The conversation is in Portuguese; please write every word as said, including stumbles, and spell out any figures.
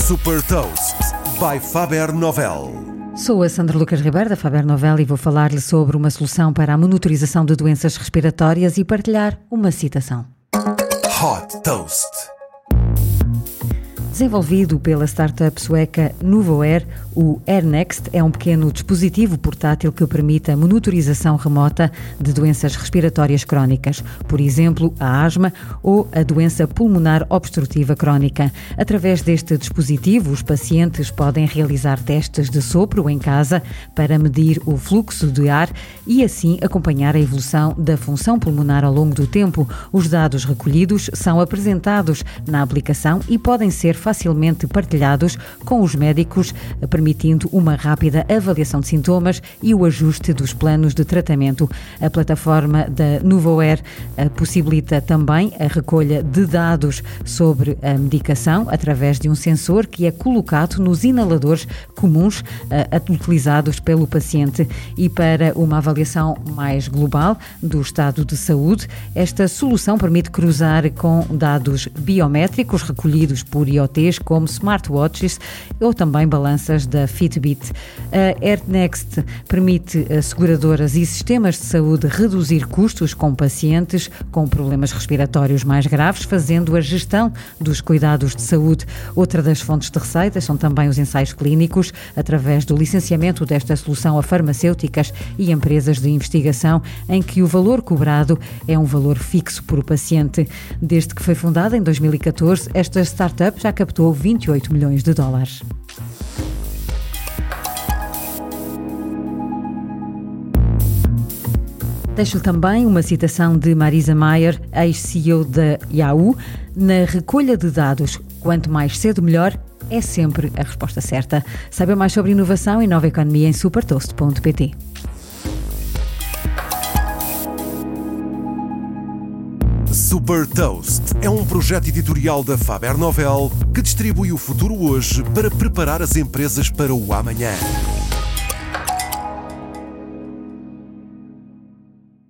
Super Toast by Faber Novel. Sou a Sandra Lucas Ribeiro da Faber Novel e vou falar-lhe sobre uma solução para a monitorização de doenças respiratórias e partilhar uma citação. Hot Toast. Desenvolvido pela startup sueca Nuvoair, o AirNext é um pequeno dispositivo portátil que permite a monitorização remota de doenças respiratórias crónicas, por exemplo, a asma ou a doença pulmonar obstrutiva crónica. Através deste dispositivo, os pacientes podem realizar testes de sopro em casa para medir o fluxo de ar e assim acompanhar a evolução da função pulmonar ao longo do tempo. Os dados recolhidos são apresentados na aplicação e podem ser facilmente partilhados com os médicos, permitindo uma rápida avaliação de sintomas e o ajuste dos planos de tratamento. A plataforma da Nuvoair possibilita também a recolha de dados sobre a medicação através de um sensor que é colocado nos inaladores comuns uh, utilizados pelo paciente. E para uma avaliação mais global do estado de saúde, esta solução permite cruzar com dados biométricos recolhidos por I O T, como smartwatches ou também balanças da Fitbit. A AirNext permite a seguradoras e sistemas de saúde reduzir custos com pacientes com problemas respiratórios mais graves, fazendo a gestão dos cuidados de saúde. Outra das fontes de receitas são também os ensaios clínicos, através do licenciamento desta solução a farmacêuticas e empresas de investigação, em que o valor cobrado é um valor fixo por o paciente. Desde que foi fundada em dois mil e catorze, esta startup já captou vinte e oito milhões de dólares. Deixo-lhe também uma citação de Marisa Mayer, ex-C E O da Yahoo: na recolha de dados, quanto mais cedo melhor, é sempre a resposta certa. Saiba mais sobre inovação e nova economia em super toast ponto pt. Super Toast é um projeto editorial da Faber Novel que distribui o futuro hoje para preparar as empresas para o amanhã.